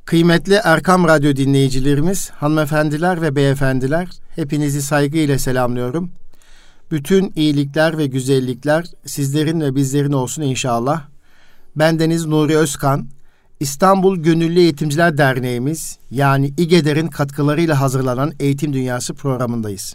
Kıymetli Erkam Radyo dinleyicilerimiz, hanımefendiler ve beyefendiler, hepinizi saygıyla selamlıyorum. Bütün iyilikler ve güzellikler sizlerin ve bizlerin olsun inşallah. Bendeniz Nuri Özkan, İstanbul Gönüllü Eğitimciler Derneğimiz yani İGEDER'in katkılarıyla hazırlanan Eğitim Dünyası programındayız.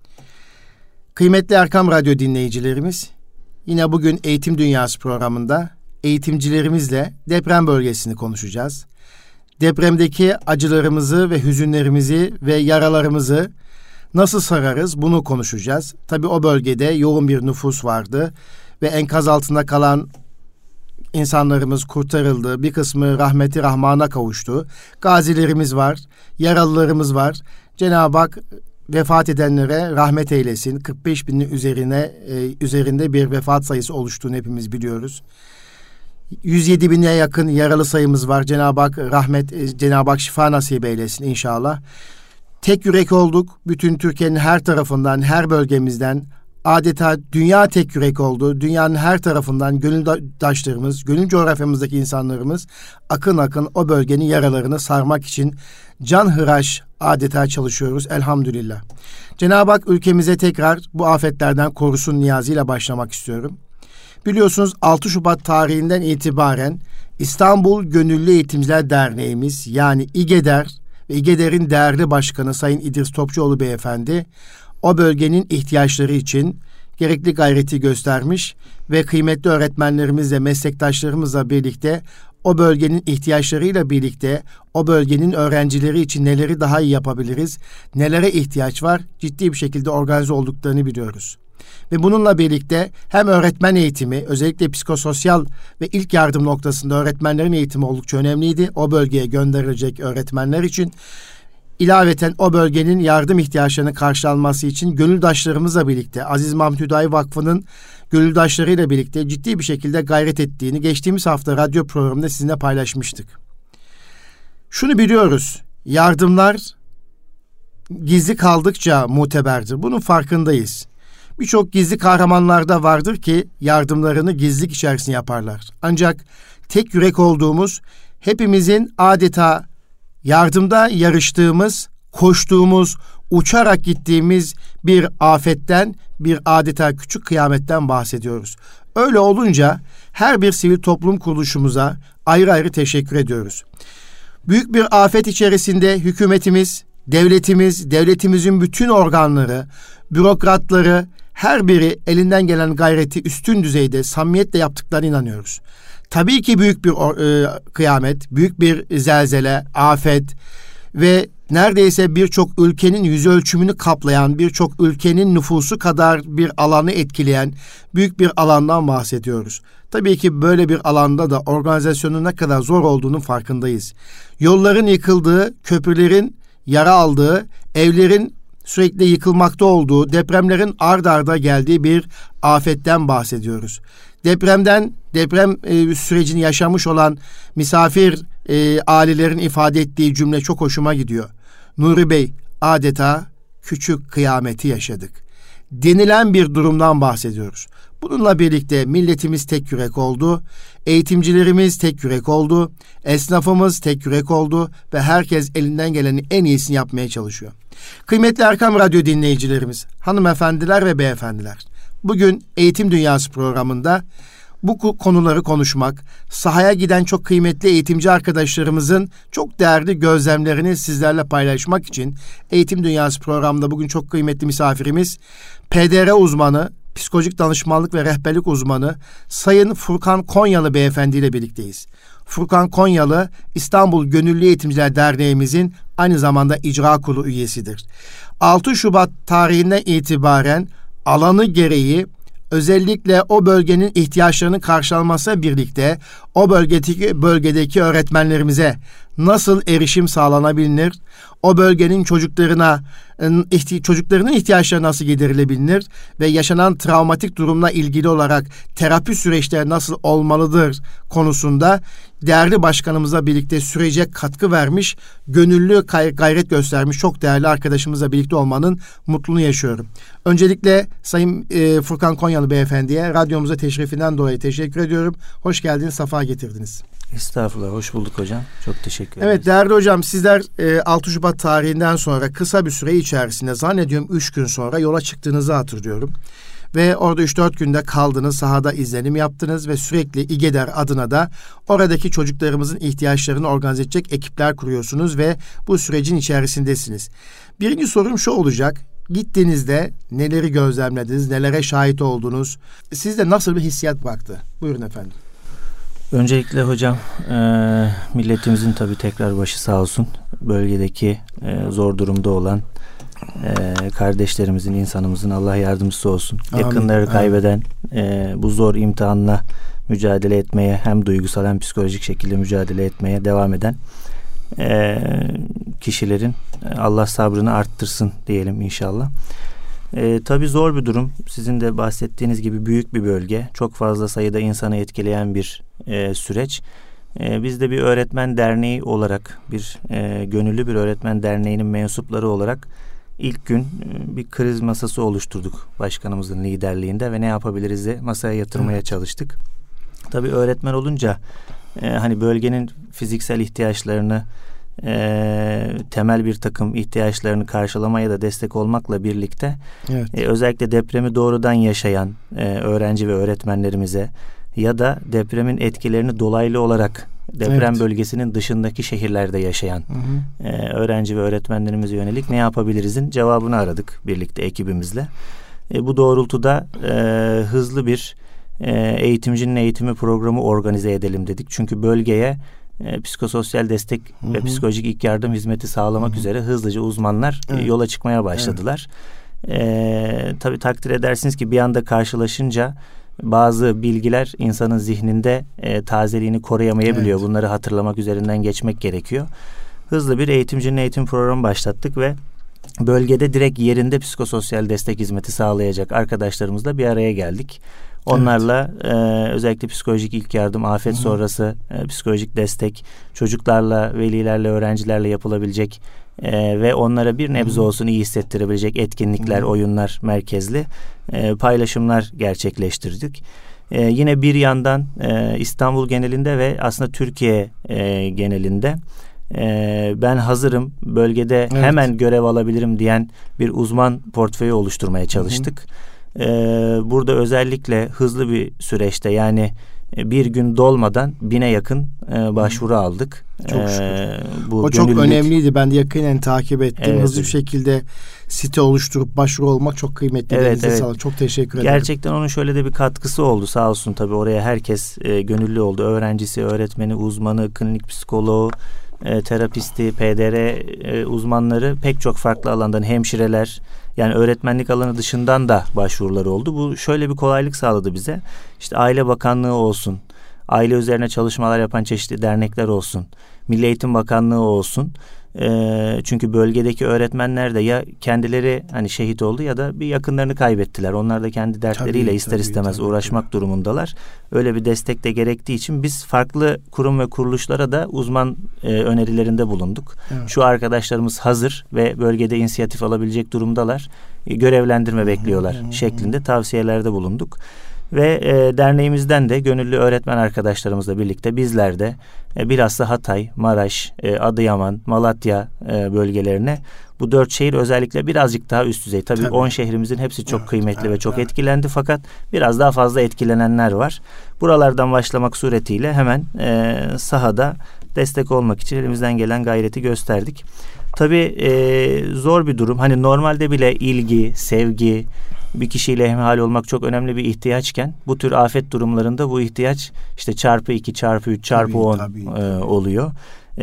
Kıymetli Erkam Radyo dinleyicilerimiz, yine bugün Eğitim Dünyası programında eğitimcilerimizle deprem bölgesini konuşacağız. Depremdeki acılarımızı ve hüzünlerimizi ve yaralarımızı nasıl sararız bunu konuşacağız. Tabii o bölgede yoğun bir nüfus vardı ve enkaz altında kalan insanlarımız kurtarıldı. Bir kısmı rahmeti rahmana kavuştu. Gazilerimiz var, yaralılarımız var. Cenab-ı Hak vefat edenlere rahmet eylesin. 45 binin üzerinde bir vefat sayısı oluştuğunu hepimiz biliyoruz. 107 bine yakın yaralı sayımız var. Cenab-ı Hak Cenab-ı Hak şifa nasip eylesin inşallah. Tek yürek olduk. Bütün Türkiye'nin her tarafından, her bölgemizden adeta dünya tek yürek oldu. Dünyanın her tarafından gönüldaşlarımız, gönül coğrafyamızdaki insanlarımız akın akın o bölgenin yaralarını sarmak için canhıraş adeta çalışıyoruz elhamdülillah. Cenab-ı Hak ülkemize tekrar bu afetlerden korusun niyazıyla başlamak istiyorum. Biliyorsunuz 6 Şubat tarihinden itibaren İstanbul Gönüllü Eğitimciler Derneğimiz yani İGEDER ve İGEDER'in değerli başkanı Sayın İdris Topçuoğlu Beyefendi o bölgenin ihtiyaçları için gerekli gayreti göstermiş ve kıymetli öğretmenlerimizle, meslektaşlarımızla birlikte o bölgenin ihtiyaçlarıyla birlikte o bölgenin öğrencileri için neleri daha iyi yapabiliriz, nelere ihtiyaç var ciddi bir şekilde organize olduklarını biliyoruz. Ve bununla birlikte hem öğretmen eğitimi, özellikle psikososyal ve ilk yardım noktasında öğretmenlerin eğitimi oldukça önemliydi. O bölgeye gönderilecek öğretmenler için. İlaveten o bölgenin yardım ihtiyaçlarının karşılanması için gönüldaşlarımızla birlikte, Aziz Mahmut Hüdayi Vakfı'nın gönüldaşlarıyla birlikte ciddi bir şekilde gayret ettiğini geçtiğimiz hafta radyo programında sizinle paylaşmıştık. Şunu biliyoruz, yardımlar gizli kaldıkça muteberdir. Bunun farkındayız. Birçok gizli kahramanlar da vardır ki yardımlarını gizlilik içerisinde yaparlar. Ancak tek yürek olduğumuz, hepimizin adeta yardımda yarıştığımız, koştuğumuz, uçarak gittiğimiz bir afetten, bir adeta küçük kıyametten bahsediyoruz. Öyle olunca her bir sivil toplum kuruluşumuza ayrı ayrı teşekkür ediyoruz. Büyük bir afet içerisinde hükümetimiz, devletimizin bütün organları, bürokratları, her biri elinden gelen gayreti üstün düzeyde samimiyetle yaptıklarına inanıyoruz. Tabii ki büyük bir kıyamet, büyük bir zelzele, afet ve neredeyse birçok ülkenin yüz ölçümünü kaplayan, birçok ülkenin nüfusu kadar bir alanı etkileyen büyük bir alandan bahsediyoruz. Tabii ki böyle bir alanda da organizasyonun ne kadar zor olduğunun farkındayız. Yolların yıkıldığı, köprülerin yara aldığı, evlerin sürekli yıkılmakta olduğu, depremlerin ard arda geldiği bir afetten bahsediyoruz. Deprem sürecini yaşamış olan misafir ailelerin ifade ettiği cümle çok hoşuma gidiyor. Nuri Bey, adeta küçük kıyameti yaşadık denilen bir durumdan bahsediyoruz. Bununla birlikte milletimiz tek yürek oldu, eğitimcilerimiz tek yürek oldu, esnafımız tek yürek oldu ve herkes elinden gelenin en iyisini yapmaya çalışıyor. Kıymetli Erkam Radyo dinleyicilerimiz, hanımefendiler ve beyefendiler, bugün Eğitim Dünyası programında bu konuları konuşmak, sahaya giden çok kıymetli eğitimci arkadaşlarımızın çok değerli gözlemlerini sizlerle paylaşmak için Eğitim Dünyası programında bugün çok kıymetli misafirimiz, PDR uzmanı, psikolojik danışmanlık ve rehberlik uzmanı Sayın Furkan Konyalı Beyefendi ile birlikteyiz. Furkan Konyalı, İstanbul Gönüllü Eğitimciler Derneğimizin aynı zamanda icra kurulu üyesidir. 6 Şubat tarihinden itibaren alanı gereği özellikle o bölgenin ihtiyaçlarının karşılanmasıyla birlikte o bölgedeki öğretmenlerimize nasıl erişim sağlanabilir? O bölgenin çocuklarının ihtiyaçları nasıl giderilebilir ve yaşanan travmatik durumla ilgili olarak terapi süreçleri nasıl olmalıdır konusunda değerli başkanımızla birlikte sürece katkı vermiş, gönüllü gayret göstermiş çok değerli arkadaşımızla birlikte olmanın mutluluğunu yaşıyorum. Öncelikle Sayın Furkan Konyalı Beyefendi'ye radyomuza teşrifinden dolayı teşekkür ediyorum. Hoş geldiniz, safa getirdiniz. Estağfurullah. Hoş bulduk hocam. Çok teşekkür ederim. Evet değerli hocam, sizler 6 Şubat tarihinden sonra kısa bir süre içerisinde, zannediyorum 3 gün sonra yola çıktığınızı hatırlıyorum. Ve orada 3-4 günde kaldınız, sahada izlenim yaptınız ve sürekli İGEDER adına da oradaki çocuklarımızın ihtiyaçlarını organize edecek ekipler kuruyorsunuz ve bu sürecin içerisindesiniz. Birinci sorum şu olacak: gittiğinizde neleri gözlemlediniz, nelere şahit oldunuz? Sizde nasıl bir hissiyat bıraktı? Buyurun efendim. Öncelikle hocam, milletimizin tabii tekrar başı sağ olsun. Bölgedeki zor durumda olan kardeşlerimizin, insanımızın Allah yardımcısı olsun. Amin. Yakınları kaybeden bu zor imtihanla mücadele etmeye, hem duygusal hem psikolojik şekilde mücadele etmeye devam eden kişilerin Allah sabrını arttırsın diyelim inşallah. Tabii zor bir durum. Sizin de bahsettiğiniz gibi büyük bir bölge. Çok fazla sayıda insanı etkileyen bir süreç. Biz de bir öğretmen derneği olarak, gönüllü bir öğretmen derneğinin mensupları olarak ilk gün bir kriz masası oluşturduk başkanımızın liderliğinde ve ne yapabiliriz de masaya yatırmaya çalıştık. Tabii öğretmen olunca hani bölgenin fiziksel ihtiyaçlarını, temel bir takım ihtiyaçlarını karşılamaya da destek olmakla birlikte özellikle depremi doğrudan yaşayan öğrenci ve öğretmenlerimize ya da depremin etkilerini dolaylı olarak deprem bölgesinin dışındaki şehirlerde yaşayan öğrenci ve öğretmenlerimize yönelik ne yapabiliriz'in cevabını aradık birlikte ekibimizle. Bu doğrultuda hızlı bir eğitimcinin eğitimi programı organize edelim dedik. Çünkü bölgeye psikososyal destek ve psikolojik ilk yardım hizmeti sağlamak üzere hızlıca uzmanlar yola çıkmaya başladılar. Tabii takdir edersiniz ki bir anda karşılaşınca bazı bilgiler insanın zihninde tazeliğini koruyamayabiliyor. Bunları hatırlamak üzerinden geçmek gerekiyor. Hızlı bir eğitimcinin eğitim programı başlattık ve bölgede direkt yerinde psikososyal destek hizmeti sağlayacak arkadaşlarımızla bir araya geldik. Onlarla özellikle psikolojik ilk yardım, afet sonrası psikolojik destek, çocuklarla, velilerle, öğrencilerle yapılabilecek ve onlara bir nebze olsun iyi hissettirebilecek etkinlikler, oyunlar merkezli paylaşımlar gerçekleştirdik. Yine bir yandan İstanbul genelinde ve aslında Türkiye genelinde ben hazırım, bölgede hemen görev alabilirim diyen bir uzman portföyü oluşturmaya çalıştık. Burada özellikle hızlı bir süreçte, yani bir gün dolmadan 1000'e yakın başvuru aldık. Çok şükür. O çok önemliydi. Ben de yakinen takip ettim. Hızlı bir şekilde site oluşturup başvuru olmak çok kıymetli. Evet. Sağlık. Çok teşekkür ederim. Gerçekten onun şöyle de bir katkısı oldu. Sağ olsun tabii oraya herkes gönüllü oldu. Öğrencisi, öğretmeni, uzmanı, klinik psikoloğu, terapisti, PDR uzmanları, pek çok farklı alandan hemşireler, yani öğretmenlik alanı dışından da başvurular oldu. Bu şöyle bir kolaylık sağladı bize. İşte Aile Bakanlığı olsun, aile üzerine çalışmalar yapan çeşitli dernekler olsun, Milli Eğitim Bakanlığı olsun. Çünkü bölgedeki öğretmenler de ya kendileri hani şehit oldu ya da bir yakınlarını kaybettiler. Onlar da kendi dertleriyle ister istemez uğraşmak durumundalar. Öyle bir destek de gerektiği için biz farklı kurum ve kuruluşlara da uzman önerilerinde bulunduk. Şu arkadaşlarımız hazır ve bölgede inisiyatif alabilecek durumdalar. Görevlendirme bekliyorlar şeklinde tavsiyelerde bulunduk. Ve derneğimizden de gönüllü öğretmen arkadaşlarımızla birlikte bizler de bilhassa Hatay, Maraş, Adıyaman, Malatya bölgelerine, bu 4 şehir özellikle birazcık daha üst düzey. Tabii 10 şehrimizin hepsi çok kıymetli ve çok etkilendi, fakat biraz daha fazla etkilenenler var. Buralardan başlamak suretiyle hemen sahada destek olmak için elimizden gelen gayreti gösterdik. Tabii zor bir durum. Hani normalde bile ilgi, sevgi, bir kişiyle hemhal olmak çok önemli bir ihtiyaçken, bu tür afet durumlarında bu ihtiyaç işte çarpı 2, çarpı 3, çarpı 10 oluyor.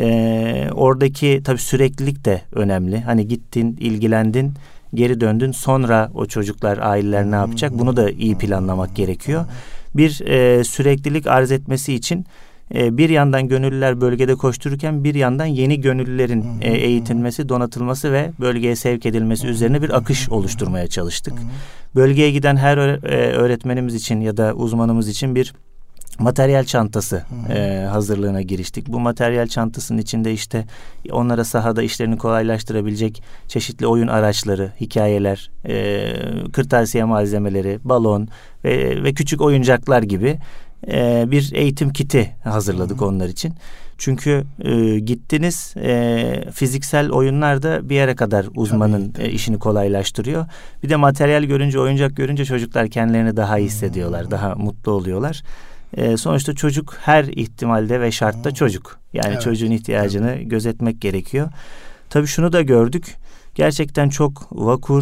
Oradaki tabii süreklilik de önemli. Hani gittin, ilgilendin, geri döndün, sonra o çocuklar, aileler ne yapacak? Bunu da iyi planlamak gerekiyor. Bir süreklilik arz etmesi için bir yandan gönüllüler bölgede koştururken bir yandan yeni gönüllülerin eğitilmesi, donatılması ve bölgeye sevk edilmesi üzerine bir akış oluşturmaya çalıştık. Bölgeye giden her öğretmenimiz için ya da uzmanımız için bir materyal çantası hazırlığına giriştik. Bu materyal çantasının içinde işte onlara sahada işlerini kolaylaştırabilecek çeşitli oyun araçları, hikayeler, kırtasiye malzemeleri, balon ve küçük oyuncaklar gibi bir eğitim kiti hazırladık onlar için. Çünkü gittiniz, fiziksel oyunlar bir yere kadar uzmanın işini kolaylaştırıyor. Bir de materyal görünce, oyuncak görünce çocuklar kendilerini daha iyi hissediyorlar, daha mutlu oluyorlar. Sonuçta çocuk her ihtimalde ve şartta çocuk. Yani çocuğun ihtiyacını gözetmek gerekiyor. Tabii şunu da gördük. Gerçekten çok vakur,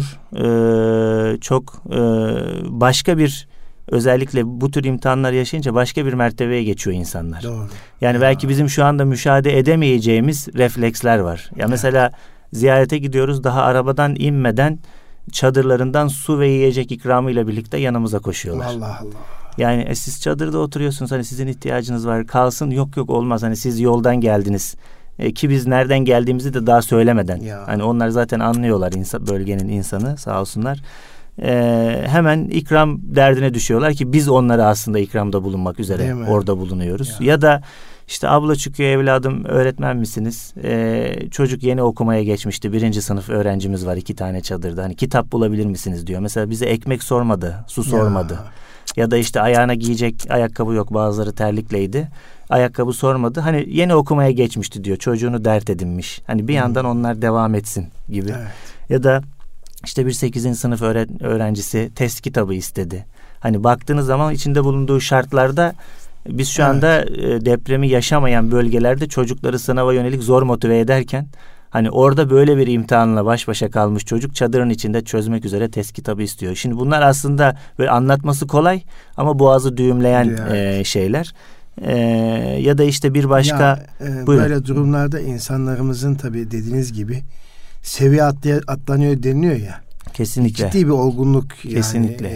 çok başka bir, özellikle bu tür imtihanlar yaşayınca başka bir mertebeye geçiyor insanlar. Doğru. Yani belki bizim şu anda müşahede edemeyeceğimiz refleksler var. Ya mesela ziyarete gidiyoruz, daha arabadan inmeden çadırlarından su ve yiyecek ikramıyla birlikte yanımıza koşuyorlar. Allah Allah. Yani siz çadırda oturuyorsunuz, hani sizin ihtiyacınız var, kalsın, yok olmaz, hani siz yoldan geldiniz. Ki biz nereden geldiğimizi de daha söylemeden. Hani onlar zaten anlıyorlar, bölgenin insanı, sağ olsunlar. Hemen ikram derdine düşüyorlar ki biz onlara aslında ikramda bulunmak üzere orada bulunuyoruz. Ya da işte abla çıkıyor, evladım öğretmen misiniz? Çocuk yeni okumaya geçmişti. 1. sınıf öğrencimiz var 2 tane çadırda. Hani kitap bulabilir misiniz diyor. Mesela bize ekmek sormadı, su sormadı. Ya da işte ayağına giyecek ayakkabı yok, bazıları terlikleydi. Ayakkabı sormadı. Hani yeni okumaya geçmişti diyor. Çocuğunu dert edinmiş. Hani bir yandan onlar devam etsin gibi. Ya da işte bir 8. sınıf öğrencisi test kitabı istedi. Hani baktığınız zaman içinde bulunduğu şartlarda biz şu anda depremi yaşamayan bölgelerde çocukları sınava yönelik zor motive ederken, hani orada böyle bir imtihanla baş başa kalmış çocuk çadırın içinde çözmek üzere test kitabı istiyor. Şimdi bunlar aslında böyle anlatması kolay ama boğazı düğümleyen şeyler. Ya da işte bir başka... böyle durumlarda insanlarımızın tabii dediğiniz gibi seviye atlanıyor deniliyor ya. Kesinlikle. Ciddi bir olgunluk. Kesinlikle.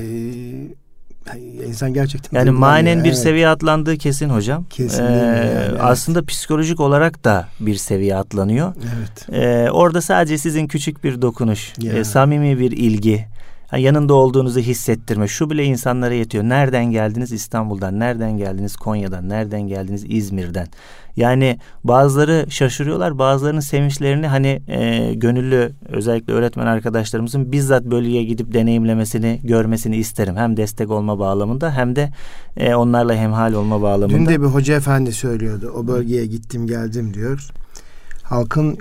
İnsan gerçekten... Yani manen bir seviye atlandığı kesin hocam. Kesinlikle. Aslında psikolojik olarak da bir seviye atlanıyor. Orada sadece sizin küçük bir dokunuş, samimi bir ilgi, yanında olduğunuzu hissettirme, şu bile insanlara yetiyor. Nereden geldiniz? İstanbul'dan. Nereden geldiniz? Konya'dan. Nereden geldiniz? İzmir'den. Yani bazıları şaşırıyorlar, bazılarının sevinçlerini gönüllü, özellikle öğretmen arkadaşlarımızın bizzat bölgeye gidip deneyimlemesini, görmesini isterim. Hem destek olma bağlamında hem de onlarla hemhal olma bağlamında. Dün de bir hoca efendi söylüyordu. O bölgeye gittim geldim diyor. Halkın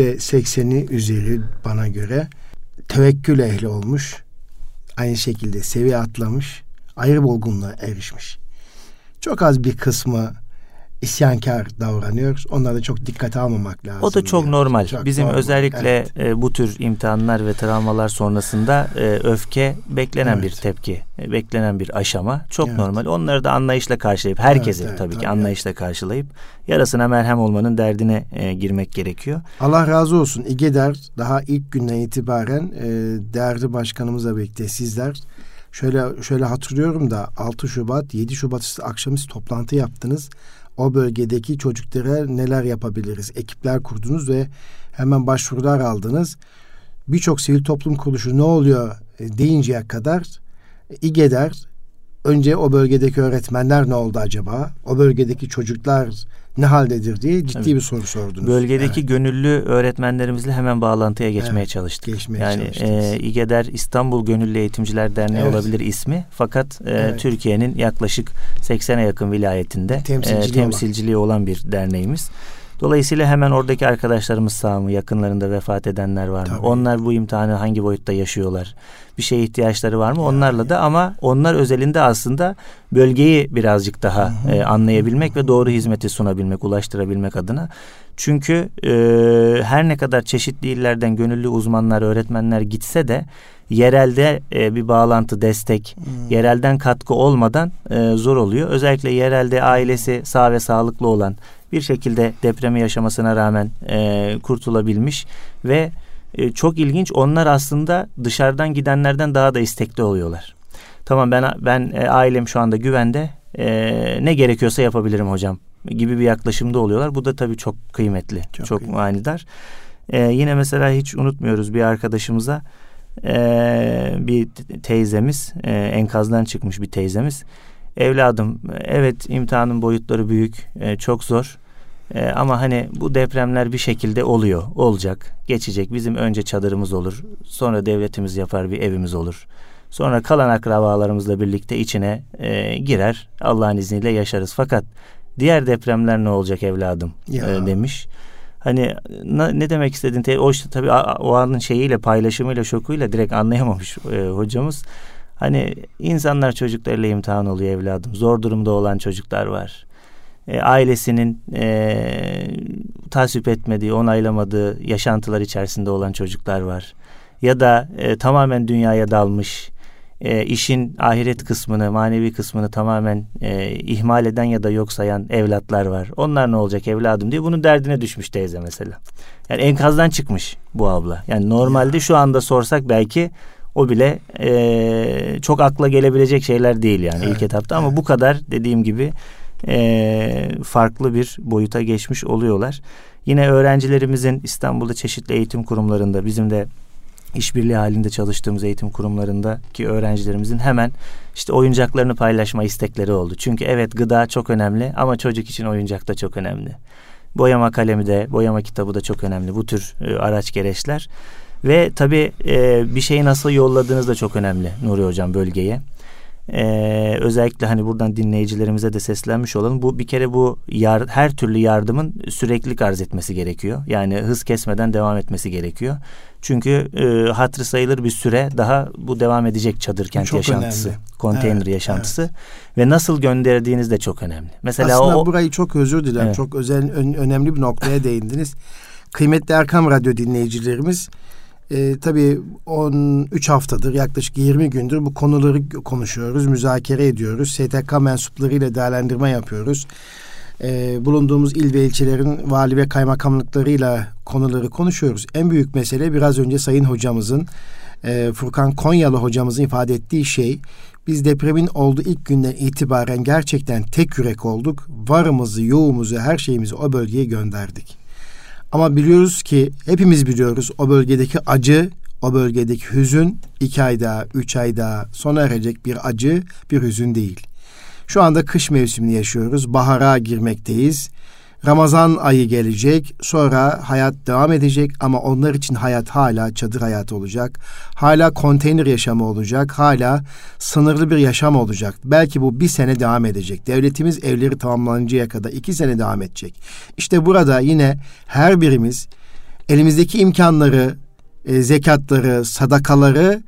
%80'i üzeri bana göre tevekkül ehli olmuş. Aynı şekilde seviye atlamış, ayrı olgunluğa erişmiş. Çok az bir kısmı isyankar davranıyor. Onlara da çok dikkate almamak lazım. O da çok normal. Bizim özellikle bu tür imtihanlar ve travmalar sonrasında öfke beklenen bir tepki, beklenen bir aşama. Çok normal. Onları da anlayışla karşılayıp, herkesi tabii ki anlayışla karşılayıp yarasına merhem olmanın derdine girmek gerekiyor. Allah razı olsun. İGEDER daha ilk günden itibaren değerli başkanımızla birlikte sizler şöyle hatırlıyorum da 6 Şubat, 7 Şubat akşamüstü toplantı yaptınız. O bölgedeki çocuklara neler yapabiliriz? Ekipler kurdunuz ve hemen başvurular aldınız. Birçok sivil toplum kuruluşu ne oluyor deyinceye kadar İGEDER önce o bölgedeki öğretmenler ne oldu acaba? O bölgedeki çocuklar ne haldedir diye ciddi bir soru sordunuz. Bölgedeki gönüllü öğretmenlerimizle hemen bağlantıya geçmeye çalıştık. İGEDER İstanbul Gönüllü Eğitimciler Derneği olabilir ismi. Fakat Türkiye'nin yaklaşık 80'e yakın vilayetinde temsilciliği olan bir derneğimiz. Dolayısıyla hemen oradaki arkadaşlarımız sağ mı? Yakınlarında vefat edenler var mı? Tabii. Onlar bu imtihanı hangi boyutta yaşıyorlar? Bir şeye ihtiyaçları var mı? Onlarla da, ama onlar özelinde aslında bölgeyi birazcık daha anlayabilmek ve doğru hizmeti sunabilmek, ulaştırabilmek adına. Çünkü her ne kadar çeşitli illerden gönüllü uzmanlar, öğretmenler gitse de yerelde bir bağlantı, destek, yerelden katkı olmadan zor oluyor. Özellikle yerelde ailesi sağ ve sağlıklı olan, bir şekilde depremi yaşamasına rağmen kurtulabilmiş ve çok ilginç, onlar aslında dışarıdan gidenlerden daha da istekli oluyorlar. Tamam, ben ailem şu anda güvende, ne gerekiyorsa yapabilirim hocam gibi bir yaklaşımda oluyorlar. Bu da tabii çok kıymetli, çok manidar. Yine mesela hiç unutmuyoruz, bir arkadaşımıza bir teyzemiz, enkazdan çıkmış bir teyzemiz. Evladım, evet imtihanın boyutları büyük, çok zor. Ama bu depremler bir şekilde olacak, geçecek. Bizim önce çadırımız olur, sonra devletimiz yapar bir evimiz olur. Sonra kalan akrabalarımızla birlikte içine girer. Allah'ın izniyle yaşarız. Fakat diğer depremler ne olacak evladım demiş. Hani ne demek istediğini o işte tabii o anın şeyiyle, paylaşımıyla, şokuyla direkt anlayamamış hocamız. Hani insanlar çocuklarıyla imtihan oluyor evladım. Zor durumda olan çocuklar var. Ailesinin tasvip etmediği, onaylamadığı yaşantılar içerisinde olan çocuklar var. Ya da tamamen dünyaya dalmış, işin ahiret kısmını, manevi kısmını tamamen ihmal eden ya da yok sayan evlatlar var. Onlar ne olacak evladım diye bunun derdine düşmüş teyze mesela. Yani enkazdan çıkmış bu abla. Yani normalde şu anda sorsak belki o bile çok akla gelebilecek şeyler değil yani ilk etapta. Ama bu kadar dediğim gibi farklı bir boyuta geçmiş oluyorlar. Yine öğrencilerimizin İstanbul'da çeşitli eğitim kurumlarında, bizim de işbirliği halinde çalıştığımız eğitim kurumlarındaki öğrencilerimizin hemen işte oyuncaklarını paylaşma istekleri oldu. Çünkü evet, gıda çok önemli ama çocuk için oyuncak da çok önemli. Boyama kalemi de, boyama kitabı da çok önemli. Bu tür araç gereçler. Ve tabii bir şeyi nasıl yolladığınız da çok önemli Nuri Hocam bölgeye. Özellikle hani buradan dinleyicilerimize de seslenmiş olalım. Bu bir kere her türlü yardımın süreklilik arz etmesi gerekiyor. Yani hız kesmeden devam etmesi gerekiyor. Çünkü hatırı sayılır bir süre daha bu devam edecek çadır kent yaşantısı, konteyner yaşantısı ve nasıl gönderdiğiniz de çok önemli. Mesela aslında burayı çok özür dilerim. Çok önemli bir noktaya değindiniz. Kıymetli Erkam Radyo dinleyicilerimiz, tabii 13 haftadır, yaklaşık 20 gündür bu konuları konuşuyoruz, müzakere ediyoruz. STK mensuplarıyla değerlendirme yapıyoruz. Bulunduğumuz il ve ilçelerin vali ve kaymakamlıklarıyla konuları konuşuyoruz. En büyük mesele biraz önce Sayın Hocamızın, Furkan Konyalı Hocamızın ifade ettiği şey, biz depremin olduğu ilk günden itibaren gerçekten tek yürek olduk. Varımızı, yoğumuzu, her şeyimizi o bölgeye gönderdik. Ama biliyoruz ki, hepimiz biliyoruz, o bölgedeki acı, o bölgedeki hüzün 2 ayda, 3 ayda sona erecek bir acı, bir hüzün değil. Şu anda kış mevsimini yaşıyoruz, bahara girmekteyiz. Ramazan ayı gelecek, sonra hayat devam edecek ama onlar için hayat hala çadır hayatı olacak. Hala konteyner yaşamı olacak, hala sınırlı bir yaşam olacak. Belki bu 1 sene devam edecek. Devletimiz evleri tamamlanıncaya kadar 2 sene devam edecek. İşte burada yine her birimiz elimizdeki imkanları, zekatları, sadakaları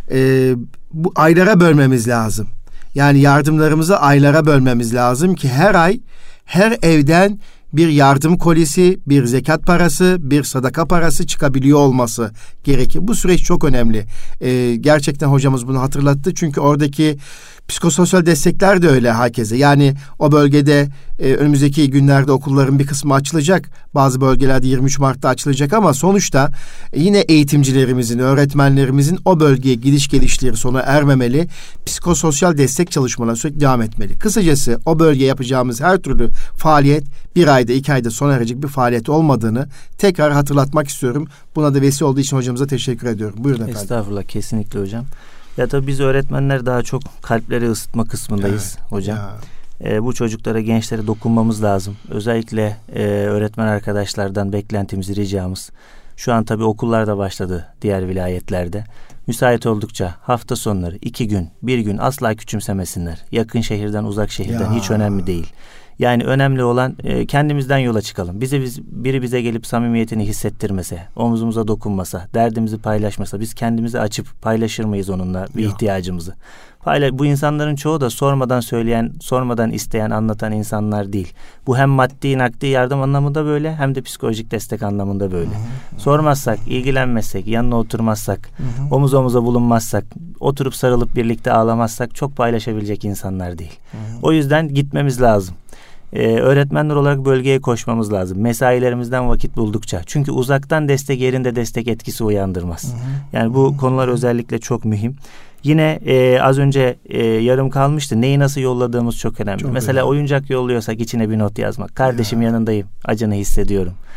bu aylara bölmemiz lazım. Yani yardımlarımızı aylara bölmemiz lazım ki her ay her evden bir yardım kolisi, bir zekat parası, bir sadaka parası çıkabiliyor olması gerekir. Bu süreç çok önemli. Gerçekten hocamız bunu hatırlattı. Çünkü oradaki psikososyal destekler de öyle herkese. Yani o bölgede önümüzdeki günlerde okulların bir kısmı açılacak. Bazı bölgelerde 23 Mart'ta açılacak ama sonuçta yine eğitimcilerimizin, öğretmenlerimizin o bölgeye gidiş gelişleri sona ermemeli. Psikososyal destek çalışmaları sürekli devam etmeli. Kısacası o bölgeye yapacağımız her türlü faaliyet 1 ayda, 2 ayda sona erecek bir faaliyet olmadığını tekrar hatırlatmak istiyorum. Buna da vesile olduğu için hocamıza teşekkür ediyorum. Buyurun efendim. Estağfurullah, kesinlikle hocam. Ya tabii biz öğretmenler daha çok kalpleri ısıtma kısmındayız hocam. Bu çocuklara, gençlere dokunmamız lazım. Özellikle öğretmen arkadaşlardan beklentimiz, ricamız. Şu an tabii okullar da başladı diğer vilayetlerde. Müsait oldukça hafta sonları 2 gün, 1 gün asla küçümsemesinler. Yakın şehirden, uzak şehirden hiç önemli değil. Yani önemli olan kendimizden yola çıkalım. Biri bize gelip samimiyetini hissettirmese, omuzumuza dokunmasa, derdimizi paylaşmasa, biz kendimizi açıp paylaşır mıyız onunla bir ihtiyacımızı? Bu insanların çoğu da sormadan söyleyen, sormadan isteyen, anlatan insanlar değil. Bu hem maddi, nakdi yardım anlamında böyle, hem de psikolojik destek anlamında böyle. Sormazsak, ilgilenmezsek, yanına oturmazsak, omuz omuza bulunmazsak, oturup sarılıp birlikte ağlamazsak çok paylaşabilecek insanlar değil. O yüzden gitmemiz lazım. Öğretmenler olarak bölgeye koşmamız lazım. Mesailerimizden vakit buldukça. Çünkü uzaktan destek yerinde destek etkisi uyandırmaz. Yani bu konular özellikle çok mühim. Yine az önce yarım kalmıştı. Neyi nasıl yolladığımız çok önemli. Mesela oyuncak yolluyorsak içine bir not yazmak. Kardeşim yanındayım. Acını hissediyorum.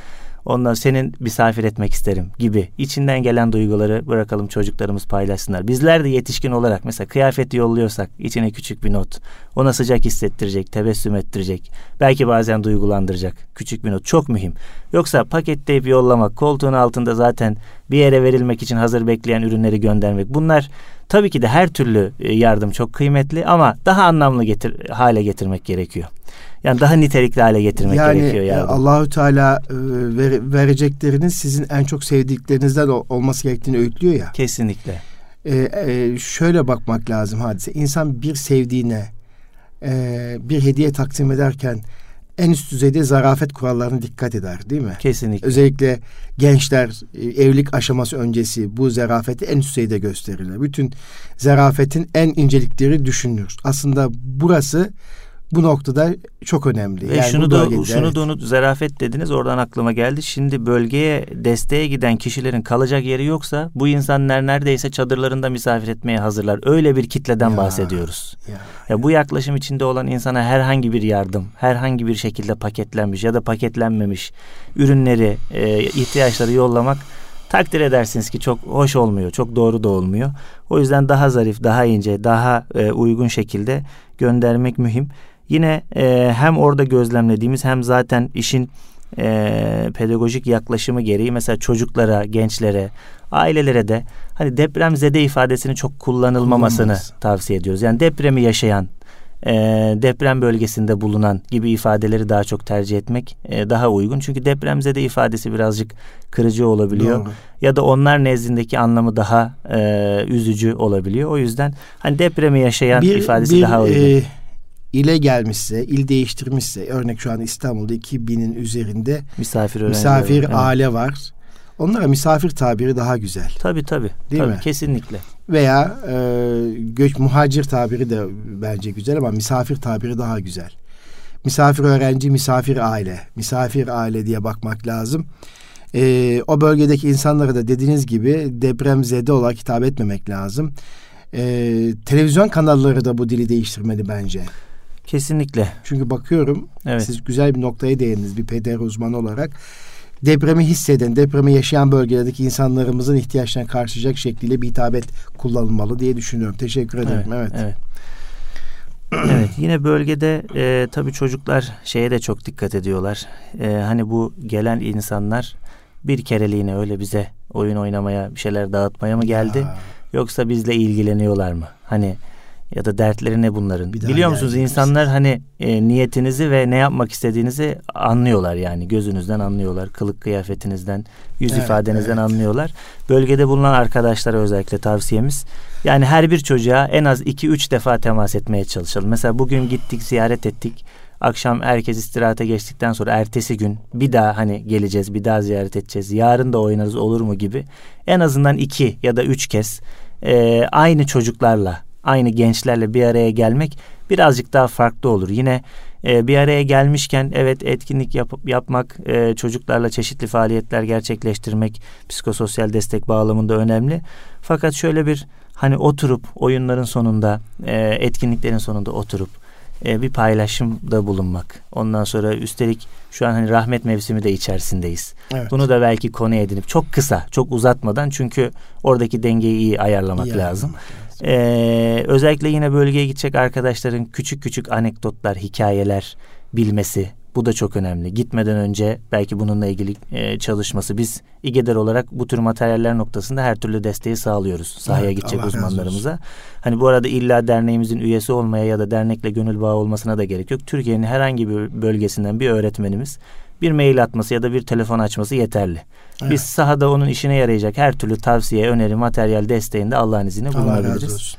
Ondan senin misafir etmek isterim gibi içinden gelen duyguları bırakalım, çocuklarımız paylaşsınlar. Bizler de yetişkin olarak mesela kıyafeti yolluyorsak içine küçük bir not, ona sıcak hissettirecek, tebessüm ettirecek, belki bazen duygulandıracak küçük bir not çok mühim. Yoksa paketleyip yollamak, koltuğun altında zaten bir yere verilmek için hazır bekleyen ürünleri göndermek, bunlar tabii ki de her türlü yardım çok kıymetli ama daha anlamlı hale getirmek gerekiyor. Yani daha nitelikli hale getirmek gerekiyor yardım. Allahü Teala verecekleriniz sizin en çok sevdiklerinizden olması gerektiğini öğütlüyor ya. Kesinlikle. Şöyle bakmak lazım hadise. İnsan bir sevdiğine bir hediye takdim ederken en üst düzeyde zarafet kurallarına dikkat eder, değil mi? Kesinlikle. Özellikle gençler evlilik aşaması öncesi bu zarafeti en üst düzeyde gösterirler. Bütün zarafetin en incelikleri düşünülür. Aslında burası bu noktada çok önemli. Ve yani şunu da unut, zarafet dediniz, oradan aklıma geldi. Şimdi bölgeye desteğe giden kişilerin kalacak yeri yoksa bu insanlar neredeyse çadırlarında misafir etmeye hazırlar. Öyle bir kitleden bahsediyoruz. Ya bu yaklaşım içinde olan insana herhangi bir yardım, herhangi bir şekilde paketlenmiş ya da paketlenmemiş ürünleri, ihtiyaçları yollamak, takdir edersiniz ki çok hoş olmuyor, çok doğru da olmuyor. O yüzden daha zarif, daha ince, daha uygun şekilde göndermek mühim. Yine hem orada gözlemlediğimiz hem zaten işin pedagojik yaklaşımı gereği mesela çocuklara, gençlere, ailelere de hani depremzede ifadesinin çok kullanılmamasını tavsiye ediyoruz. Yani depremi yaşayan, deprem bölgesinde bulunan gibi ifadeleri daha çok tercih etmek daha uygun. Çünkü depremzede ifadesi birazcık kırıcı olabiliyor. Doğru. Ya da onlar nezdindeki anlamı daha üzücü olabiliyor. O yüzden hani depremi yaşayan ifadesi daha uygun. İle gelmişse, il değiştirmişse, örnek şu an İstanbul'da 2000'in üzerinde misafir aile var. Onlara misafir tabiri daha güzel. Tabii. Değil mi? Kesinlikle. Veya muhacir tabiri de bence güzel ama misafir tabiri daha güzel. Misafir öğrenci, misafir aile. Misafir aile diye bakmak lazım. O bölgedeki insanlara da dediğiniz gibi depremzede olarak hitap etmemek lazım. Televizyon kanalları da bu dili değiştirmeli bence. Kesinlikle. Çünkü bakıyorum, siz güzel bir noktaya değindiniz bir peder uzmanı olarak. Depremi hisseden, depremi yaşayan bölgelerdeki insanlarımızın ihtiyaçlarını karşılayacak şekliyle bir hitabet kullanılmalı diye düşünüyorum. Teşekkür ederim. Evet. Yine bölgede tabii çocuklar şeye de çok dikkat ediyorlar. Hani bu gelen insanlar bir kereliğine öyle bize oyun oynamaya, bir şeyler dağıtmaya mı geldi? Yoksa bizle ilgileniyorlar mı? Hani ya da dertleri ne bunların? Biliyor musunuz insanlar hani niyetinizi ve ne yapmak istediğinizi anlıyorlar yani. Gözünüzden anlıyorlar, kılık kıyafetinizden, yüz ifadenizden anlıyorlar. Bölgede bulunan arkadaşlara özellikle tavsiyemiz, yani her bir çocuğa en az 2-3 defa temas etmeye çalışalım. Mesela bugün gittik, ziyaret ettik. Akşam herkes istirahate geçtikten sonra ertesi gün bir daha hani geleceğiz, bir daha ziyaret edeceğiz. Yarın da oynarız olur mu gibi. En azından 2 ya da 3 kez aynı çocuklarla, aynı gençlerle bir araya gelmek birazcık daha farklı olur. Yine bir araya gelmişken evet etkinlik yapmak, çocuklarla çeşitli faaliyetler gerçekleştirmek psikososyal destek bağlamında önemli. Fakat şöyle bir hani oturup oyunların sonunda, etkinliklerin sonunda oturup bir paylaşımda bulunmak. Ondan sonra üstelik şu an hani rahmet mevsimi de içerisindeyiz. Evet. Bunu da belki konu edinip çok kısa, çok uzatmadan, çünkü oradaki dengeyi iyi ayarlamak lazım. Özellikle yine bölgeye gidecek arkadaşların küçük küçük anekdotlar, hikayeler bilmesi, bu da çok önemli. Gitmeden önce belki bununla ilgili çalışması. Biz İGEDER olarak bu tür materyaller noktasında her türlü desteği sağlıyoruz sahaya gidecek uzmanlarımıza. Hani bu arada illa derneğimizin üyesi olmaya ya da dernekle gönül bağı olmasına da gerek yok. Türkiye'nin herhangi bir bölgesinden bir öğretmenimiz bir mail atması ya da bir telefon açması yeterli. Evet. Biz sahada onun işine yarayacak her türlü tavsiye, öneri, materyal desteğinde Allah'ın izniyle bulunabiliriz.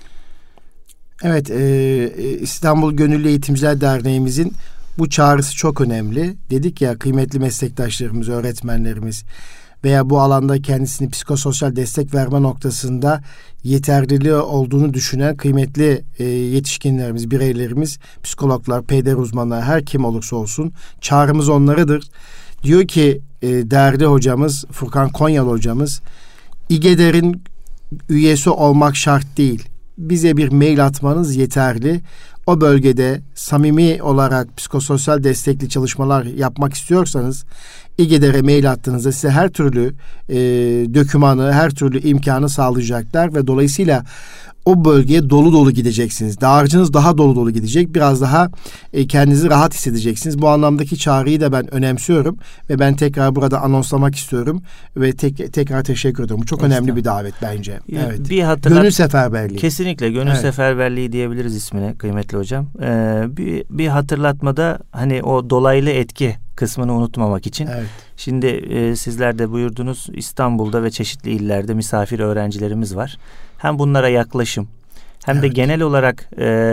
Evet, İstanbul Gönüllü Eğitimciler Derneğimizin bu çağrısı çok önemli. Dedik ya, kıymetli meslektaşlarımız, öğretmenlerimiz veya bu alanda kendisini psikososyal destek verme noktasında yeterliliği olduğunu düşünen kıymetli yetişkinlerimiz, bireylerimiz, psikologlar, peder uzmanlar, her kim olursa olsun çağrımız onlarıdır. Diyor ki değerli hocamız Furkan Konyalı hocamız, İGEDER'in üyesi olmak şart değil. bize bir mail atmanız yeterli. O bölgede samimi olarak psikososyal destekli çalışmalar yapmak istiyorsanız İGEDER'e mail attığınızda size her türlü dokümanı, her türlü imkanı sağlayacaklar ve dolayısıyla o bölgeye dolu dolu gideceksiniz. Dağarcığınız daha dolu dolu gidecek. Biraz daha kendinizi rahat hissedeceksiniz. Bu anlamdaki çağrıyı da ben önemsiyorum ve ben tekrar burada anonslamak istiyorum ve tekrar teşekkür ediyorum. Bu çok önemli bir davet bence. Evet. Gönül seferberliği. Kesinlikle gönül seferberliği diyebiliriz ismine kıymetli hocam. Bir hatırlatmada hani o dolaylı etki kısmını unutmamak için. Evet. Şimdi sizler de buyurdunuz, İstanbul'da ve çeşitli illerde misafir öğrencilerimiz var. Hem bunlara yaklaşım hem de genel olarak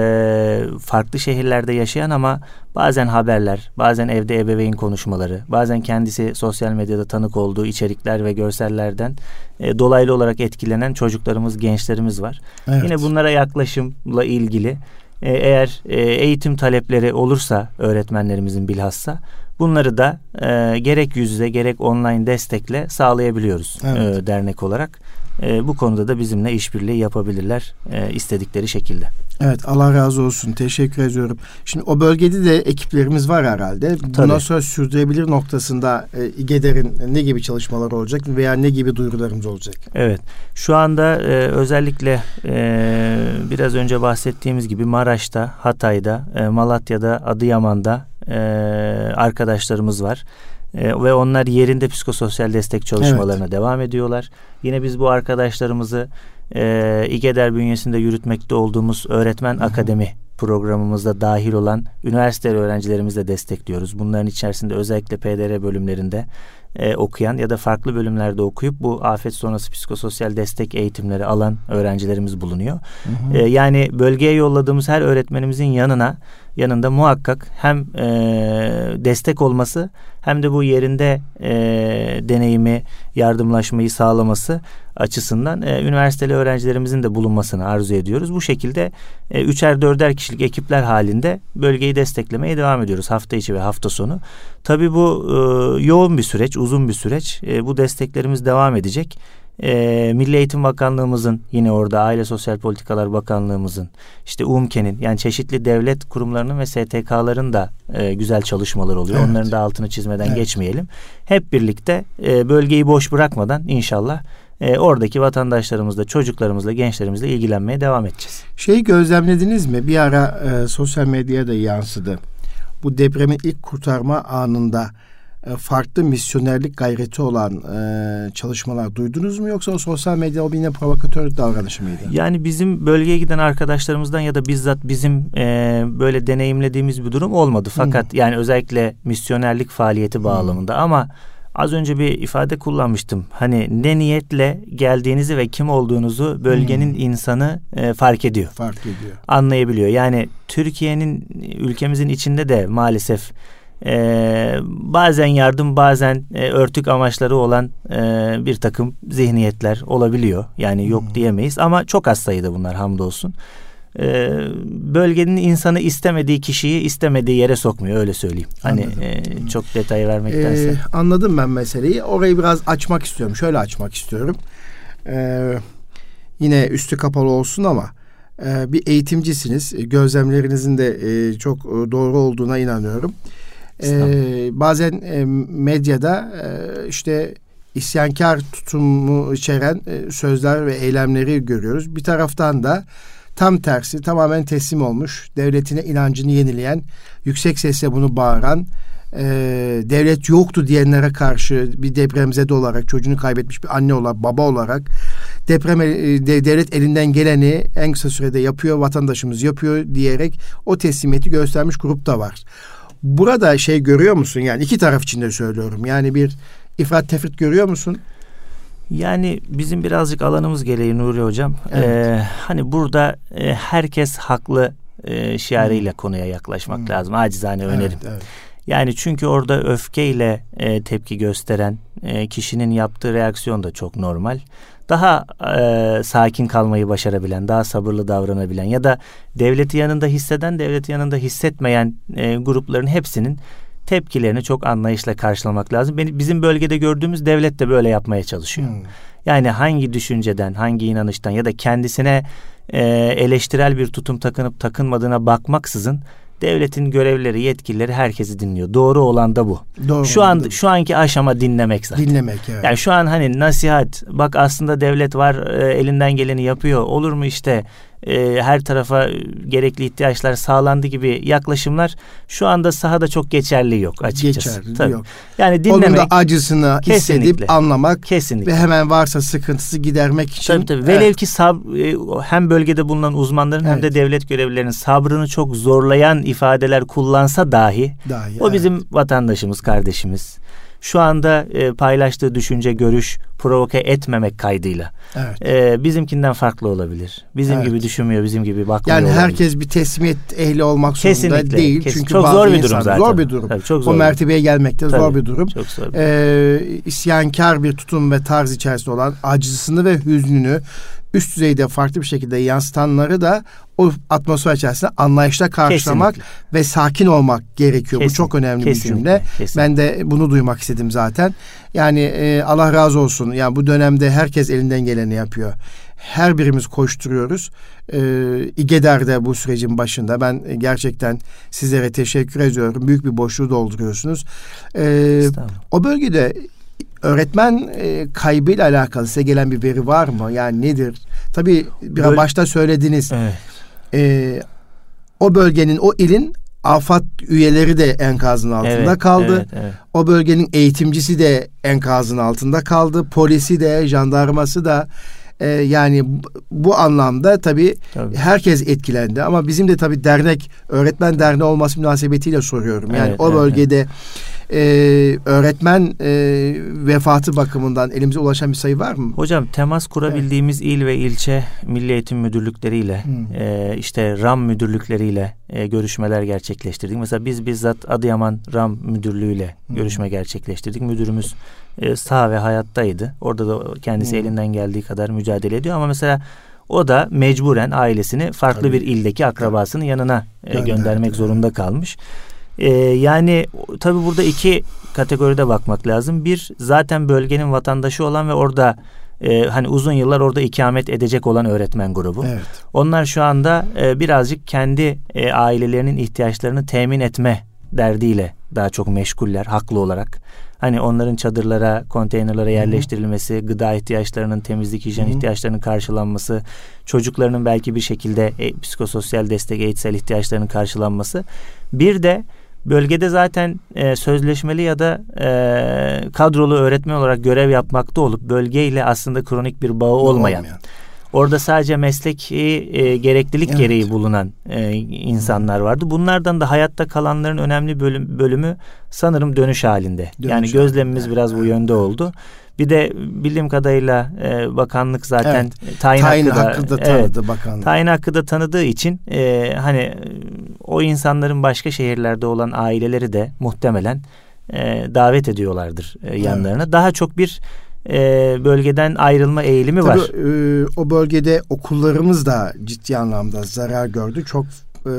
farklı şehirlerde yaşayan ama bazen haberler, bazen evde ebeveyn konuşmaları, bazen kendisi sosyal medyada tanık olduğu içerikler ve görsellerden dolaylı olarak etkilenen çocuklarımız, gençlerimiz var. Evet. Yine bunlara yaklaşımla ilgili eğer eğitim talepleri olursa öğretmenlerimizin bilhassa bunları da gerek yüz yüze gerek online destekle sağlayabiliyoruz dernek olarak. Bu konuda da bizimle işbirliği yapabilirler istedikleri şekilde. Evet, Allah razı olsun. Teşekkür ediyorum. Şimdi o bölgede de ekiplerimiz var herhalde. Bundan sonra sürdürebilir noktasında İGEDER'in ne gibi çalışmalar olacak veya ne gibi duyurularımız olacak? Evet. Şu anda özellikle biraz önce bahsettiğimiz gibi Maraş'ta, Hatay'da, Malatya'da, Adıyaman'da arkadaşlarımız var. Ve onlar yerinde psikososyal destek çalışmalarına devam ediyorlar. Yine biz bu arkadaşlarımızı İGEDER bünyesinde yürütmekte olduğumuz öğretmen akademi programımızda dahil olan üniversite öğrencilerimizle destekliyoruz. Bunların içerisinde özellikle PDR bölümlerinde okuyan ya da farklı bölümlerde okuyup bu afet sonrası psikososyal destek eğitimleri alan öğrencilerimiz bulunuyor. Yani bölgeye yolladığımız her öğretmenimizin yanında muhakkak hem destek olması hem de bu yerinde deneyimi, yardımlaşmayı sağlaması açısından üniversiteli öğrencilerimizin de bulunmasını arzu ediyoruz. Bu şekilde 3'er 4'er kişilik ekipler halinde bölgeyi desteklemeye devam ediyoruz hafta içi ve hafta sonu. Tabii bu yoğun bir süreç, uzun bir süreç. Bu desteklerimiz devam edecek. Milli Eğitim Bakanlığımızın yine orada Aile Sosyal Politikalar Bakanlığımızın işte UMKE'nin yani çeşitli devlet kurumlarının ve STK'ların da güzel çalışmaları oluyor. Evet. Onların da altını çizmeden geçmeyelim. Hep birlikte bölgeyi boş bırakmadan inşallah oradaki vatandaşlarımızla, çocuklarımızla, gençlerimizle ilgilenmeye devam edeceğiz. Gözlemlediniz mi? Bir ara sosyal medyaya da yansıdı. Bu depremin ilk kurtarma anında farklı misyonerlik gayreti olan çalışmalar duydunuz mu, yoksa o sosyal medya o yine provokatör davranışı mıydı? Yani bizim bölgeye giden arkadaşlarımızdan ya da bizzat bizim böyle deneyimlediğimiz bir durum olmadı. Fakat yani özellikle misyonerlik faaliyeti bağlamında ama az önce bir ifade kullanmıştım. Hani ne niyetle geldiğinizi ve kim olduğunuzu bölgenin insanı fark ediyor. Anlayabiliyor. Yani Türkiye'nin, ülkemizin içinde de maalesef bazen yardım, bazen örtük amaçları olan bir takım zihniyetler olabiliyor. Yani yok diyemeyiz ama çok az sayıda bunlar hamdolsun. Bölgenin insanı istemediği kişiyi istemediği yere sokmuyor, öyle söyleyeyim. Hani çok detay vermektense. Anladım ben meseleyi. Orayı biraz açmak istiyorum. Şöyle açmak istiyorum. Yine üstü kapalı olsun ama bir eğitimcisiniz. Gözlemlerinizin de çok doğru olduğuna inanıyorum. Bazen medyada işte isyankar tutumu içeren sözler ve eylemleri görüyoruz. Bir taraftan da tam tersi, tamamen teslim olmuş, devletine inancını yenileyen, yüksek sesle bunu bağıran, devlet yoktu diyenlere karşı bir depremzede olarak, çocuğunu kaybetmiş bir anne olarak, baba olarak devlet elinden geleni en kısa sürede yapıyor, vatandaşımız yapıyor diyerek o teslimiyeti göstermiş grup da var. Burada görüyor musun? Yani iki taraf için de söylüyorum. Yani bir ifrat tefrit görüyor musun? Yani bizim birazcık alanımız gereği Nuri Hocam. Evet. Hani burada herkes haklı şiarıyla konuya yaklaşmak lazım. Acizane önerim. Evet. Yani çünkü orada öfkeyle tepki gösteren kişinin yaptığı reaksiyon da çok normal. Daha sakin kalmayı başarabilen, daha sabırlı davranabilen ya da devleti yanında hisseden, devleti yanında hissetmeyen grupların hepsinin tepkilerini çok anlayışla karşılamak lazım. Bizim bölgede gördüğümüz devlet de böyle yapmaya çalışıyor. Yani hangi düşünceden, hangi inanıştan ya da kendisine eleştirel bir tutum takınıp takınmadığına bakmaksızın devletin görevlileri, yetkilileri herkesi dinliyor. Doğru olan da bu. Doğru, şu anki aşama dinlemek zaten. Dinlemek, evet. Yani şu an hani nasihat, bak aslında devlet var, elinden geleni yapıyor. Olur mu işte her tarafa gerekli ihtiyaçlar sağlandı gibi yaklaşımlar şu anda sahada çok geçerli yok açıkçası. Geçerli yok. Yani dinlemek. Onun da acısını hissedip anlamak. Kesinlikle. Ve hemen varsa sıkıntısı gidermek için. Tabii. Evet. Velev ki hem bölgede bulunan uzmanların hem de devlet görevlilerinin sabrını çok zorlayan ifadeler kullansa dahi o bizim vatandaşımız, kardeşimiz. Şu anda paylaştığı düşünce, görüş provoke etmemek kaydıyla. Evet. Bizimkinden farklı olabilir. Bizim gibi düşünmüyor, bizim gibi bakmıyor. Yani herkes bir teslimiyet ehli olmak zorunda değil. Çünkü çok zor bir durum zaten. Zor bir durum. Tabii, çok zor. O mertebeye gelmekte zor bir durum. Çok zor. İsyankar bir tutum ve tarz içerisinde olan acısını ve hüznünü üst düzeyde farklı bir şekilde yansıtanları da o atmosfer içerisinde anlayışla karşılamak ve sakin olmak gerekiyor. Bu çok önemli bir cümle. Ben de bunu duymak istedim zaten. Yani Allah razı olsun. Yani bu dönemde herkes elinden geleni yapıyor. Her birimiz koşturuyoruz. İGEDER de bu sürecin başında. Ben gerçekten sizlere teşekkür ediyorum. Büyük bir boşluğu dolduruyorsunuz. O bölgede öğretmen kaybıyla alakalı size gelen bir veri var mı? Yani nedir? Tabii biraz başta söylediniz. Evet. O bölgenin, o ilin AFAD üyeleri de enkazın altında kaldı. Evet. O bölgenin eğitimcisi de enkazın altında kaldı. Polisi de, jandarması da. Yani bu anlamda tabii herkes etkilendi. Ama bizim de tabii öğretmen derneği olması münasebetiyle soruyorum. Yani o bölgede öğretmen vefatı bakımından elimize ulaşan bir sayı var mı? Hocam temas kurabildiğimiz il ve ilçe milli eğitim müdürlükleriyle işte RAM müdürlükleriyle görüşmeler gerçekleştirdik. Mesela biz bizzat Adıyaman RAM müdürlüğüyle görüşme gerçekleştirdik. Müdürümüz sağ ve hayattaydı. Orada da kendisi elinden geldiği kadar mücadele ediyor. Ama mesela o da mecburen ailesini farklı bir ildeki akrabasının yanına göndermek zorunda kalmış. Yani tabii burada iki kategoride bakmak lazım. Bir, zaten bölgenin vatandaşı olan ve orada hani uzun yıllar orada ikamet edecek olan öğretmen grubu. Evet. Onlar şu anda birazcık kendi ailelerinin ihtiyaçlarını temin etme derdiyle daha çok meşguller haklı olarak. Hani onların çadırlara, konteynerlara yerleştirilmesi, gıda ihtiyaçlarının, temizlik, hijyen ihtiyaçlarının karşılanması, çocuklarının belki bir şekilde psikososyal destek, eğitsel ihtiyaçlarının karşılanması. Bir de bölgede zaten sözleşmeli ya da kadrolu öğretmen olarak görev yapmakta olup bölgeyle aslında kronik bir bağı olmayan. Orada sadece mesleki gereklilik gereği bulunan insanlar vardı. Bunlardan da hayatta kalanların önemli bölümü sanırım dönüş halinde. Yani gözlemimiz biraz bu yönde oldu. Bir de bildiğim kadarıyla bakanlık zaten tayin hakkı da tanıdı bakanlık. Tayin hakkı da tanıdığı için hani o insanların başka şehirlerde olan aileleri de muhtemelen davet ediyorlardır yanlarına. Daha çok bir bölgeden ayrılma eğilimi var. O bölgede okullarımız da ciddi anlamda zarar gördü. Çok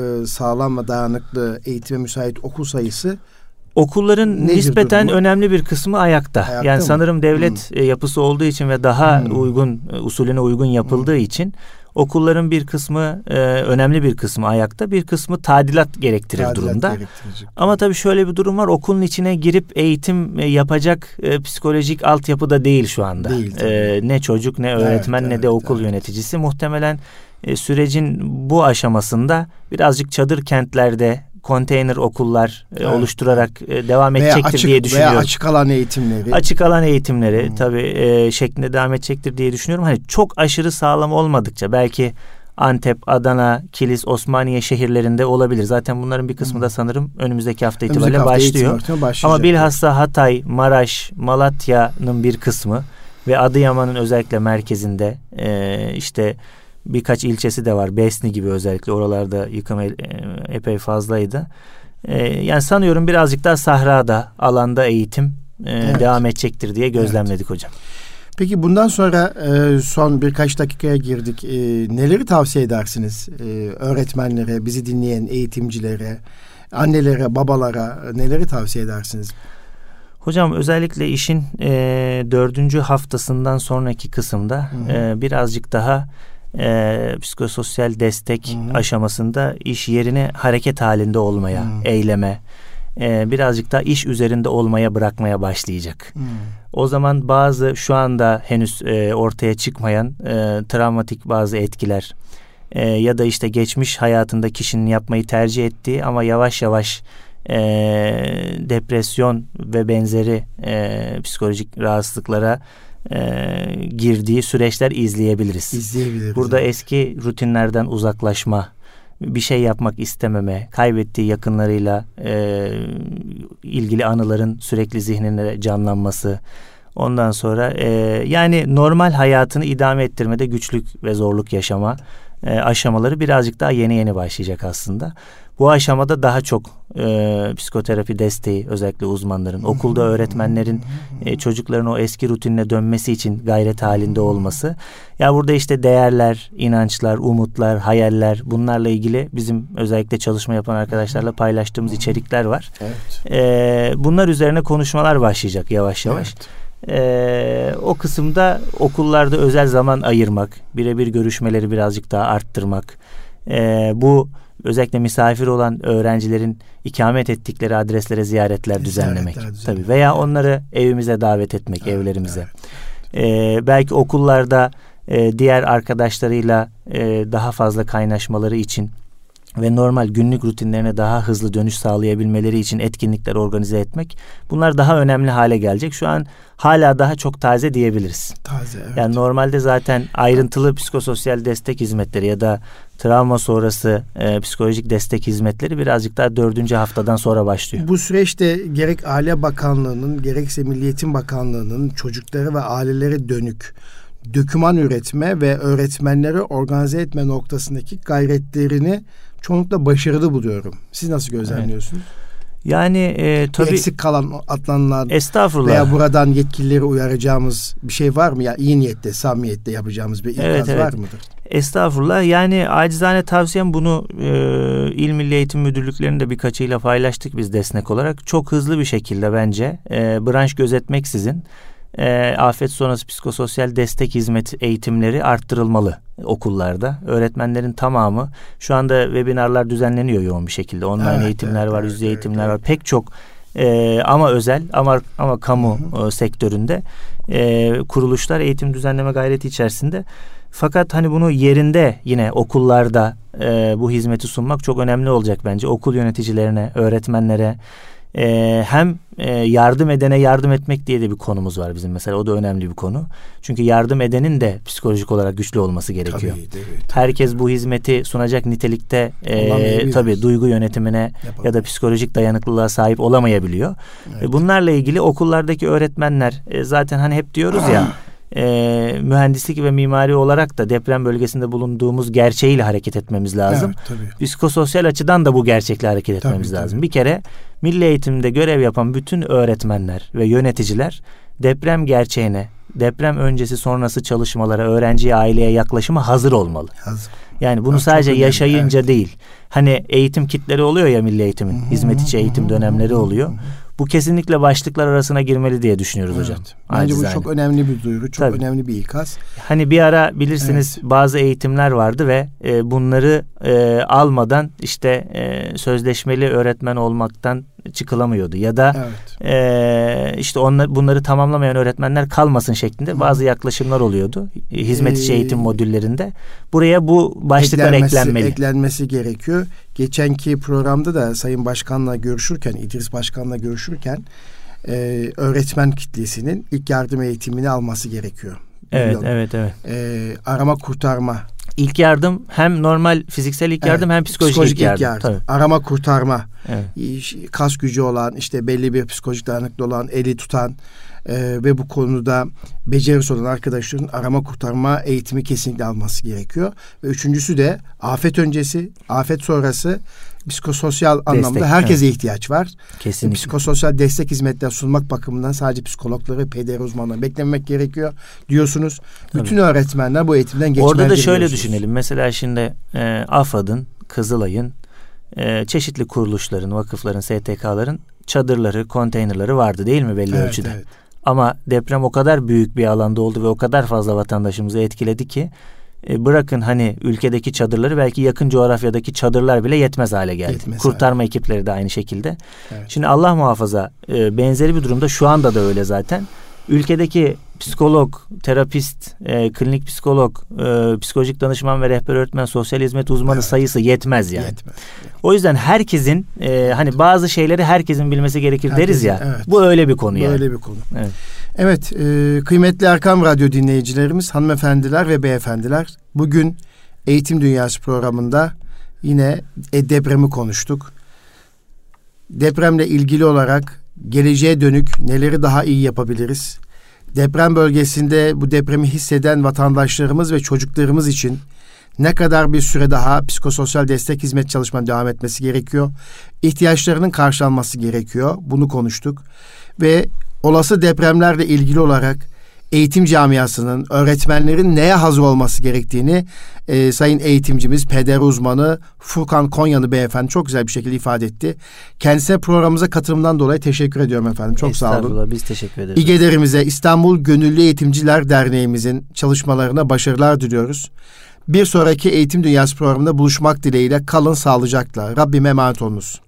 sağlam ve dayanıklı eğitime müsait okul sayısı. Okulların nispeten önemli bir kısmı ayakta. Yani sanırım devlet yapısı olduğu için ve daha usulüne uygun yapıldığı için okulların bir kısmı, önemli bir kısmı ayakta, bir kısmı tadilat gerektirir durumda. Ama tabii şöyle bir durum var. Okulun içine girip eğitim yapacak psikolojik altyapı da değil şu anda. Ne çocuk, ne öğretmen, ne de okul yöneticisi. Muhtemelen sürecin bu aşamasında birazcık çadır kentlerde konteyner okullar oluşturarak devam edecektir diye düşünüyorum. Veya açık alan eğitimleri. Açık alan eğitimleri tabii şeklinde devam edecektir diye düşünüyorum. Hani çok aşırı sağlam olmadıkça belki Antep, Adana, Kilis, Osmaniye şehirlerinde olabilir. Zaten bunların bir kısmı da sanırım önümüzdeki hafta itibariyle başlıyor. Ama bilhassa Hatay, Maraş, Malatya'nın bir kısmı ve Adıyaman'ın özellikle merkezinde işte birkaç ilçesi de var. Besni gibi özellikle oralarda yıkım epey fazlaydı. Yani sanıyorum birazcık daha sahrada, alanda eğitim devam edecektir diye gözlemledik hocam. Peki bundan sonra son birkaç dakikaya girdik. Neleri tavsiye edersiniz öğretmenlere, bizi dinleyen eğitimcilere? annelere, babalara neleri tavsiye edersiniz? Hocam özellikle işin 4. haftasından sonraki kısımda birazcık daha psikososyal destek aşamasında iş yerine hareket halinde olmaya, eyleme, birazcık daha iş üzerinde olmaya bırakmaya başlayacak. O zaman bazı şu anda henüz ortaya çıkmayan travmatik bazı etkiler ya da işte geçmiş hayatında kişinin yapmayı tercih ettiği ama yavaş yavaş depresyon ve benzeri psikolojik rahatsızlıklara girdiği süreçler izleyebiliriz. Burada eski rutinlerden uzaklaşma, bir şey yapmak istememe, kaybettiği yakınlarıyla ilgili anıların sürekli zihninde canlanması, ondan sonra yani normal hayatını idame ettirmede güçlük ve zorluk yaşama aşamaları birazcık daha yeni başlayacak aslında. Bu aşamada daha çok psikoterapi desteği, özellikle uzmanların, okulda öğretmenlerin çocukların o eski rutinine dönmesi için gayret halinde olması. Ya burada işte değerler, inançlar, umutlar, hayaller, bunlarla ilgili bizim özellikle çalışma yapan arkadaşlarla paylaştığımız içerikler var. Evet. Bunlar üzerine konuşmalar başlayacak yavaş yavaş. Evet. O kısımda okullarda özel zaman ayırmak, birebir görüşmeleri birazcık daha arttırmak, bu özellikle misafir olan öğrencilerin ikamet ettikleri adreslere ziyaretler düzenlemek. Tabii, veya onları evimize davet etmek, evlerimize. Evet. Belki okullarda diğer arkadaşlarıyla daha fazla kaynaşmaları için ve normal günlük rutinlerine daha hızlı dönüş sağlayabilmeleri için etkinlikler organize etmek. Bunlar daha önemli hale gelecek. Şu an hala daha çok taze diyebiliriz. Taze, evet. Yani normalde zaten ayrıntılı psikososyal destek hizmetleri ya da travma sonrası psikolojik destek hizmetleri birazcık daha 4. haftadan sonra başlıyor. Bu süreçte gerek Aile Bakanlığı'nın gerekse Milli Eğitim Bakanlığı'nın çocuklara ve ailelere dönük doküman üretme ve öğretmenleri organize etme noktasındaki gayretlerini çoğunlukla başarılı buluyorum. Siz nasıl gözlemliyorsunuz? Yani tabii eksik kalan, atlanılan estağfurullah veya buradan yetkilileri uyaracağımız bir şey var mı? Ya iyi niyetle, samimiyetle yapacağımız bir ikaz var mıdır? Estağfurullah. Yani acizane tavsiyem, bunu İl Milli Eğitim Müdürlüklerinin de birkaçıyla paylaştık biz destek olarak. Çok hızlı bir şekilde bence branş gözetmeksizin afet sonrası psikososyal destek hizmet eğitimleri arttırılmalı okullarda. Öğretmenlerin tamamı, şu anda webinarlar düzenleniyor yoğun bir şekilde. Online eğitimler var, yüz yüze eğitimler var. Pek çok ama özel ama kamu sektöründe kuruluşlar eğitim düzenleme gayreti içerisinde. Fakat hani bunu yerinde yine okullarda bu hizmeti sunmak çok önemli olacak bence. Okul yöneticilerine, öğretmenlere hem yardım edene yardım etmek diye de bir konumuz var bizim mesela. O da önemli bir konu. Çünkü yardım edenin de psikolojik olarak güçlü olması gerekiyor. Tabii. Herkes bu hizmeti sunacak nitelikte tabii duygu yönetimine ya da psikolojik dayanıklılığa sahip olamayabiliyor. Evet. Bunlarla ilgili okullardaki öğretmenler zaten hani hep diyoruz ya, mühendislik ve mimari olarak da deprem bölgesinde bulunduğumuz gerçeğiyle hareket etmemiz lazım. Evet, psikososyal açıdan da bu gerçekle hareket etmemiz lazım. Bir kere milli eğitimde görev yapan bütün öğretmenler ve yöneticiler deprem gerçeğine, deprem öncesi sonrası çalışmalara, öğrenciye, aileye yaklaşıma hazır olmalı. Yani bunu sadece yaşayınca değil. Hani eğitim kitleri oluyor ya milli eğitimin, hizmet içi eğitim dönemleri oluyor. Bu kesinlikle başlıklar arasına girmeli diye düşünüyoruz hocam. Bence bu çok önemli bir duyuru, çok önemli bir ikaz. Hani bir ara bilirsiniz bazı eğitimler vardı ve bunları almadan işte sözleşmeli öğretmen olmaktan çıkılamıyordu. Ya da işte bunları tamamlamayan öğretmenler kalmasın şeklinde bazı yaklaşımlar oluyordu. Hizmet içi eğitim modüllerinde. Buraya bu başlıklar eklenmesi gerekiyor. Geçenki programda da Sayın Başkan'la görüşürken, İdris Başkan'la görüşürken öğretmen kitlesinin ilk yardım eğitimini alması gerekiyor. Evet. Arama kurtarma. İlk yardım hem normal fiziksel ilk yardım hem psikolojik ilk yardım. Tabii. Arama kurtarma. Kas gücü olan, işte belli bir psikolojik dayanıklı olan, eli tutan ve bu konuda becerisi olan arkadaşların arama kurtarma eğitimi kesinlikle alması gerekiyor. Ve üçüncüsü de afet öncesi, afet sonrası psikososyal anlamda herkese ihtiyaç var. Kesinlikle. Psikososyal destek hizmetleri sunmak bakımından sadece psikologları, peder uzmanları beklememek gerekiyor diyorsunuz. Bütün öğretmenler bu eğitimden geçmeli. Orada da şöyle düşünelim. Mesela şimdi AFAD'ın, Kızılay'ın çeşitli kuruluşların, vakıfların, STK'ların çadırları, konteynerları vardı değil mi belli ölçüde? Evet. Ama deprem o kadar büyük bir alanda oldu ve o kadar fazla vatandaşımızı etkiledi ki bırakın hani ülkedeki çadırları, belki yakın coğrafyadaki çadırlar bile yetmez hale geldi. Kurtarma ekipleri de aynı şekilde. Evet. Şimdi Allah muhafaza benzeri bir durumda şu anda da öyle zaten. Ülkedeki psikolog, terapist, klinik psikolog, psikolojik danışman ve rehber öğretmen, sosyal hizmet uzmanı sayısı yetmez yani. Yetmez. O yüzden herkesin hani bazı şeyleri herkesin bilmesi gerekir deriz ya. Evet. Bu öyle bir konu yani. Böyle bir konu. Evet, kıymetli Erkam Radyo dinleyicilerimiz, hanımefendiler ve beyefendiler, bugün Eğitim Dünyası programında yine depremi konuştuk. Depremle ilgili olarak geleceğe dönük neleri daha iyi yapabiliriz? Deprem bölgesinde bu depremi hisseden vatandaşlarımız ve çocuklarımız için ne kadar bir süre daha psikososyal destek hizmet çalışmanın devam etmesi gerekiyor? İhtiyaçlarının karşılanması gerekiyor. Bunu konuştuk. Ve olası depremlerle ilgili olarak eğitim camiasının, öğretmenlerin neye hazır olması gerektiğini sayın eğitimcimiz, peder uzmanı Furkan Konyalı beyefendi çok güzel bir şekilde ifade etti. Kendisine programımıza katılımdan dolayı teşekkür ediyorum efendim. Çok sağ olun. Estağfurullah, biz teşekkür ederiz. İGEDER'imize, İstanbul Gönüllü Eğitimciler Derneğimizin çalışmalarına başarılar diliyoruz. Bir sonraki Eğitim Dünyası programında buluşmak dileğiyle kalın sağlıcakla. Rabbime emanet olunuz.